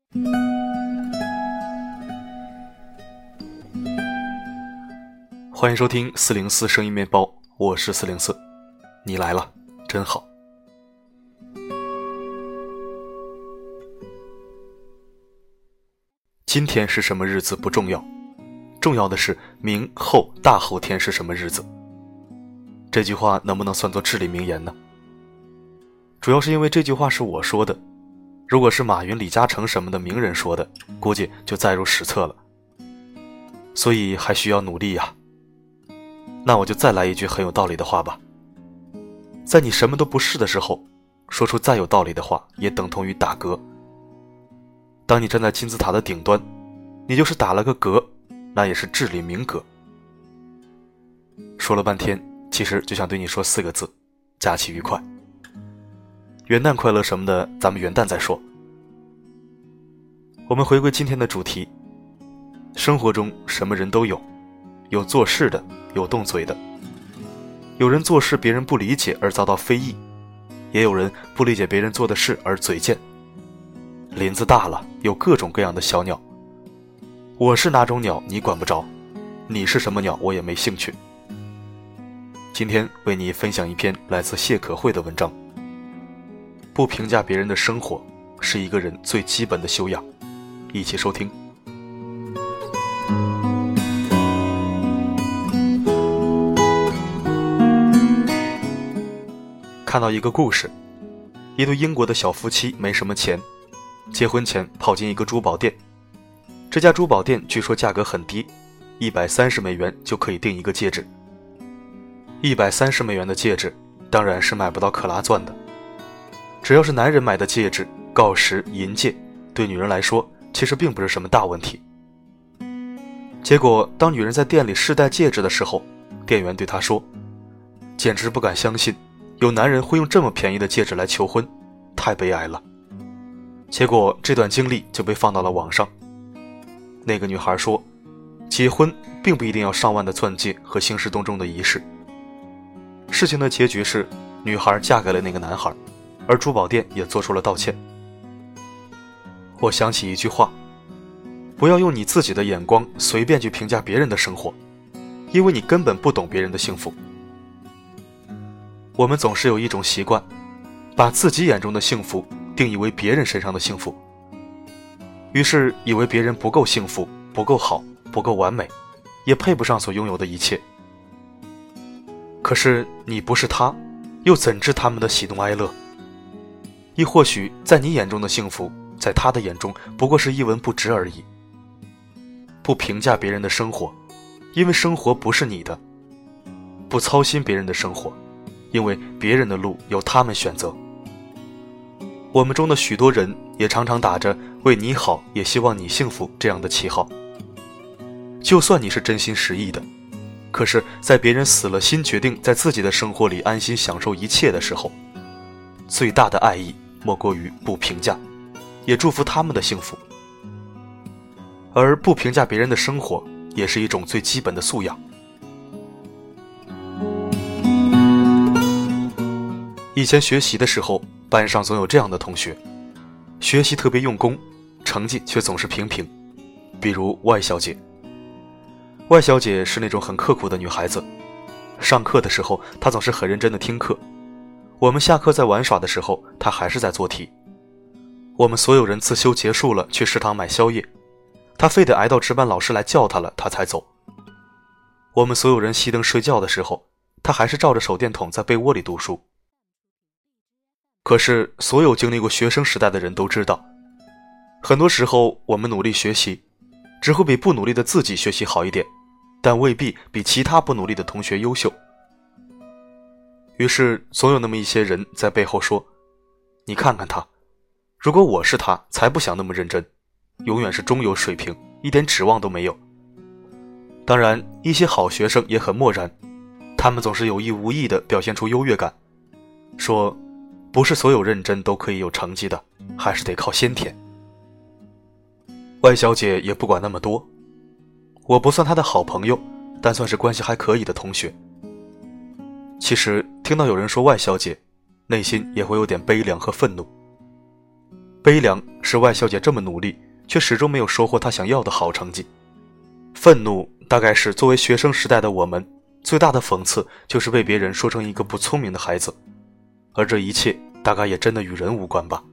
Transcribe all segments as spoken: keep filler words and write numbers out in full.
欢迎收听四零四声音面包，我是四零四，你来了，真好。今天是什么日子不重要，重要的是明后大后天是什么日子。这句话能不能算作至理名言呢？主要是因为这句话是我说的，如果是马云、李嘉诚什么的名人说的，估计就载入史册了。所以还需要努力呀。那我就再来一句很有道理的话吧。在你什么都不是的时候，说出再有道理的话也等同于打嗝。当你站在金字塔的顶端，你就是打了个嗝，那也是至理名格。说了半天，其实就想对你说四个字：假期愉快。元旦快乐什么的，咱们元旦再说。我们回归今天的主题。生活中什么人都有，有做事的，有动嘴的。有人做事别人不理解而遭到非议，也有人不理解别人做的事而嘴贱。林子大了，有各种各样的小鸟。我是哪种鸟你管不着，你是什么鸟我也没兴趣。今天为你分享一篇来自谢可慧的文章。不评价别人的生活是一个人最基本的修养。一起收听。看到一个故事，一对英国的小夫妻没什么钱，结婚前跑进一个珠宝店。这家珠宝店据说价格很低，一百三十美元就可以订一个戒指。一百三十美元的戒指当然是买不到克拉钻的。只要是男人买的戒指、锆石、银戒，对女人来说其实并不是什么大问题。结果当女人在店里试戴戒指的时候，店员对她说，简直不敢相信有男人会用这么便宜的戒指来求婚，太悲哀了。结果这段经历就被放到了网上。那个女孩说，结婚并不一定要上万的钻戒和兴师动众的仪式。事情的结局是，女孩嫁给了那个男孩，而珠宝店也做出了道歉。我想起一句话，不要用你自己的眼光随便去评价别人的生活，因为你根本不懂别人的幸福。我们总是有一种习惯，把自己眼中的幸福定义为别人身上的幸福，于是以为别人不够幸福，不够好，不够完美，也配不上所拥有的一切。可是你不是他，又怎知他们的喜怒哀乐？亦或许在你眼中的幸福，在他的眼中不过是一文不值而已。不评价别人的生活，因为生活不是你的；不操心别人的生活，因为别人的路由他们选择。我们中的许多人也常常打着为你好，也希望你幸福这样的旗号。就算你是真心实意的，可是在别人死了心决定在自己的生活里安心享受一切的时候，最大的爱意莫过于不评价，也祝福他们的幸福。而不评价别人的生活也是一种最基本的素养。以前学习的时候，班上总有这样的同学，学习特别用功，成绩却总是平平。比如外小姐。外小姐是那种很刻苦的女孩子，上课的时候她总是很认真地听课，我们下课在玩耍的时候，她还是在做题。我们所有人自修结束了去食堂买宵夜，她非得挨到值班老师来叫她了她才走。我们所有人熄灯睡觉的时候，她还是照着手电筒在被窝里读书。可是所有经历过学生时代的人都知道，很多时候我们努力学习，只会比不努力的自己学习好一点，但未必比其他不努力的同学优秀。于是总有那么一些人在背后说，你看看他，如果我是他，才不想那么认真，永远是中游水平，一点指望都没有。当然一些好学生也很漠然，他们总是有意无意地表现出优越感，说不是所有认真都可以有成绩的，还是得靠先天。外小姐也不管那么多，我不算她的好朋友，但算是关系还可以的同学。其实听到有人说外小姐，内心也会有点悲凉和愤怒。 悲凉是外小姐这么努力，却始终没有收获她想要的好成绩。愤怒大概是作为学生时代的我们最大的讽刺，就是被别人说成一个不聪明的孩子，而这一切大概也真的与人无关吧。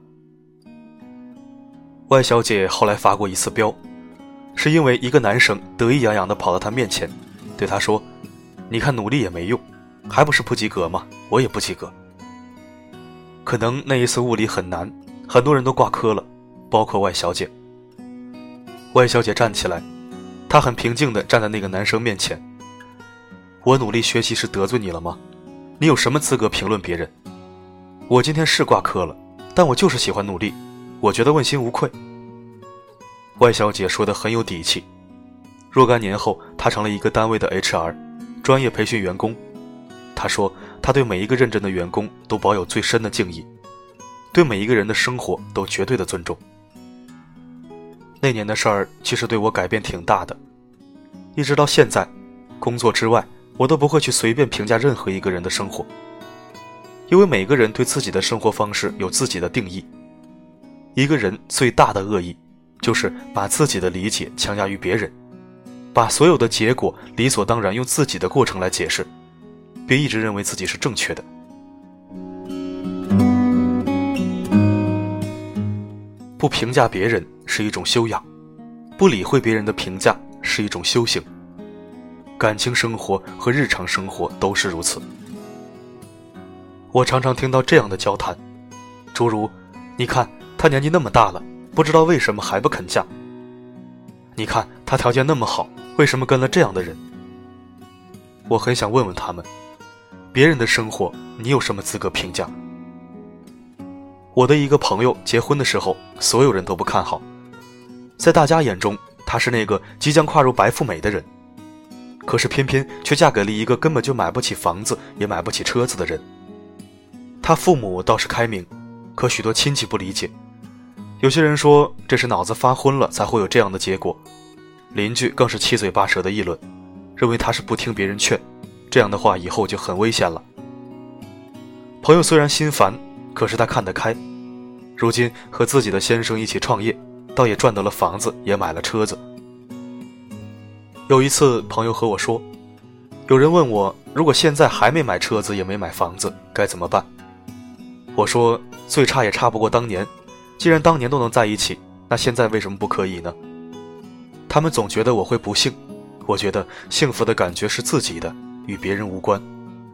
外小姐后来发过一次飙，是因为一个男生得意洋洋地跑到她面前，对她说：你看努力也没用，还不是不及格吗？我也不及格。可能那一次物理很难，很多人都挂科了，包括外小姐。外小姐站起来，她很平静地站在那个男生面前。我努力学习是得罪你了吗？你有什么资格评论别人？我今天是挂科了，但我就是喜欢努力，我觉得问心无愧。外小姐说得很有底气。若干年后，她成了一个单位的 H R， 专业培训员工。她说她对每一个认真的员工都保有最深的敬意，对每一个人的生活都绝对的尊重。那年的事儿其实对我改变挺大的，一直到现在，工作之外我都不会去随便评价任何一个人的生活，因为每个人对自己的生活方式有自己的定义。一个人最大的恶意就是把自己的理解强加于别人，把所有的结果理所当然用自己的过程来解释，并一直认为自己是正确的。不评价别人是一种修养，不理会别人的评价是一种修行。感情生活和日常生活都是如此。我常常听到这样的交谈，诸如你看他年纪那么大了，不知道为什么还不肯嫁，你看他条件那么好，为什么跟了这样的人。我很想问问他们，别人的生活你有什么资格评价？我的一个朋友结婚的时候，所有人都不看好，在大家眼中她是那个即将跨入白富美的人，可是偏偏却嫁给了一个根本就买不起房子也买不起车子的人。她父母倒是开明，可许多亲戚不理解，有些人说这是脑子发昏了才会有这样的结果，邻居更是七嘴八舌的议论，认为她是不听别人劝，这样的话以后就很危险了。朋友虽然心烦，可是他看得开，如今和自己的先生一起创业，倒也赚到了房子，也买了车子。有一次朋友和我说，有人问我，如果现在还没买车子也没买房子该怎么办？我说最差也差不过当年，既然当年都能在一起，那现在为什么不可以呢？他们总觉得我会不幸，我觉得幸福的感觉是自己的，与别人无关。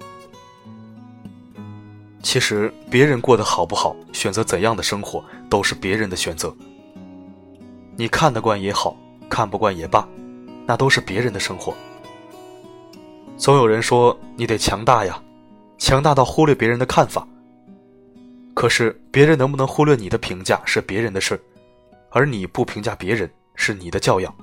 其实别人过得好不好，选择怎样的生活，都是别人的选择。你看得惯也好，看不惯也罢，那都是别人的生活。总有人说你得强大呀，强大到忽略别人的看法。可是别人能不能忽略你的评价是别人的事，而你不评价别人是你的教养。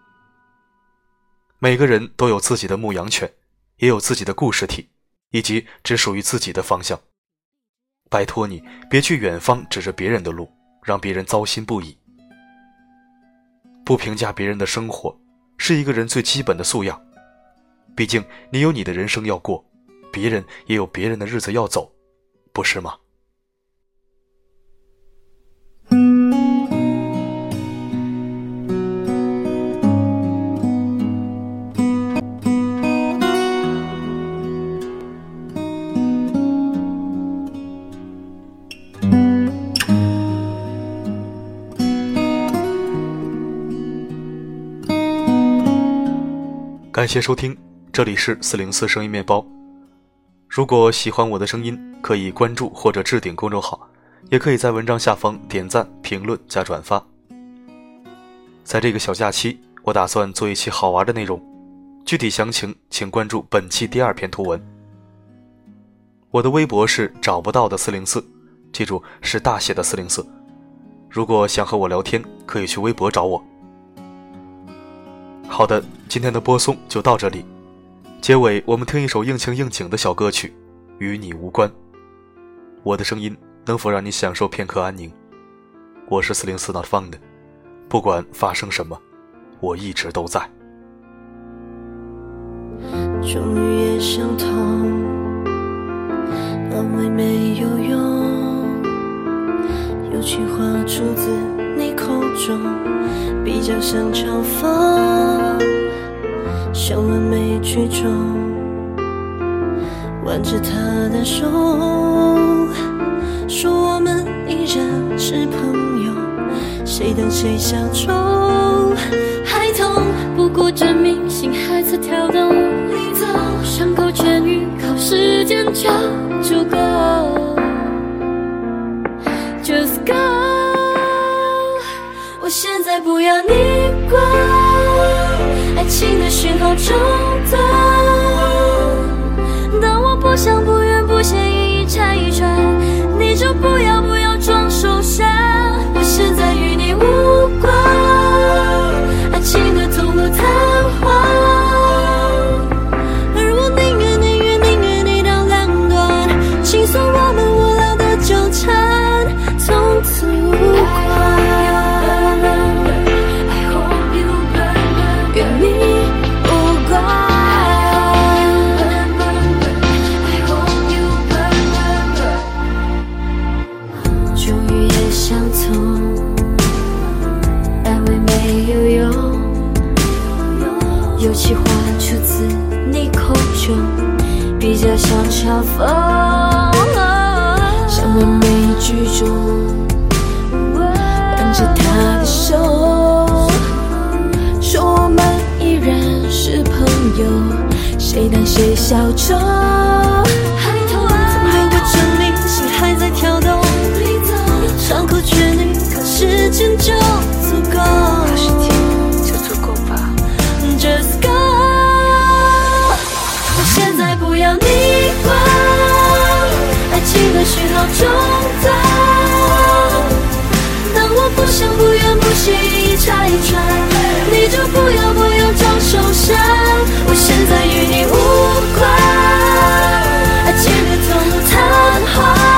每个人都有自己的牧羊犬，也有自己的故事体，以及只属于自己的方向。拜托你别去远方指着别人的路，让别人糟心不已。不评价别人的生活是一个人最基本的素养，毕竟你有你的人生要过，别人也有别人的日子要走，不是吗？感谢收听，这里是四零四声音面包。如果喜欢我的声音，可以关注或者置顶公众号，也可以在文章下方点赞、评论加转发。在这个小假期，我打算做一期好玩的内容，具体详情请关注本期第二篇图文。我的微博是找不到的四零四，记住是大写的四零四。如果想和我聊天，可以去微博找我。好的，今天的播送就到这里。结尾我们听一首应情应景的小歌曲，与你无关。我的声音能否让你享受片刻安宁？我是四零四 not found， 不管发生什么，我一直都在。 终于也相同，安慰没有用， 有句话出自你口中，比较像嘲讽，像完美剧中挽着他的手，说我们依然是朋友，谁等谁相中。 还痛不过证明心还在跳动，你走伤口痊愈靠时间就足够。 Just go， 我现在不要你管，爱情的讯号中断。当我不想不愿不屑一一拆穿，你就不要不要装受伤。我现在与你无关，爱情的痛和瘫痪，而我宁愿宁愿宁愿你当两端，轻松我们无聊的纠缠，从此无关。与你无关。 终于也相同，安慰没有用，有气话出自你口中，比较像嘲讽，像完美剧中挽着他的手，说我们依然是朋友，谁难谁小众。还痛还未证明心还在跳动。 伤口痊愈，靠时间就足够。靠时间就足够吧。Just go， 我现在不要你管，爱情的讯号中断。当我不想不愿不屑一一拆穿，你就不要不要装受伤。我现在与你无关，爱情的痛和瘫痪。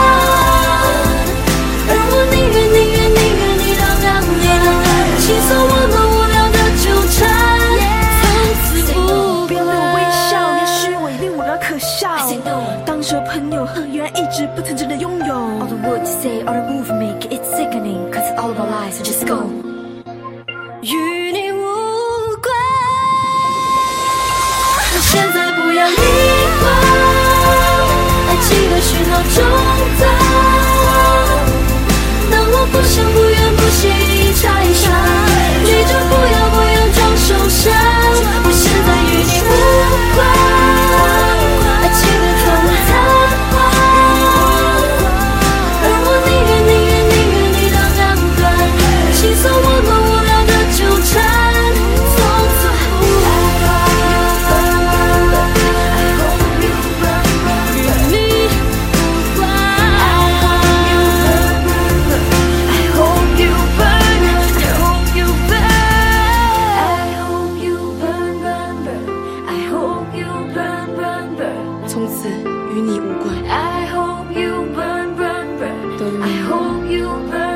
轻松我们无聊的纠缠，从此不别了微笑，连虚伪令我而可笑。当着朋友，原来一直不曾真的拥有。 All the words you say, all the move you make, it's sickening. Cause it's all about lies, so just go. 与你无关，我现在不要你管，爱情的讯号中断。当我不想不愿不屑一一拆穿。 你就不要不要装受伤，我现在与你无关，爱情的痛和瘫痪，而我宁愿宁愿宁愿你当两端，轻松我们无聊的纠缠，从此无关。与你无关。I hope you burn, I hope you burn. 从此与你无关。 I hope you burn, burn, burn. I hope you burn.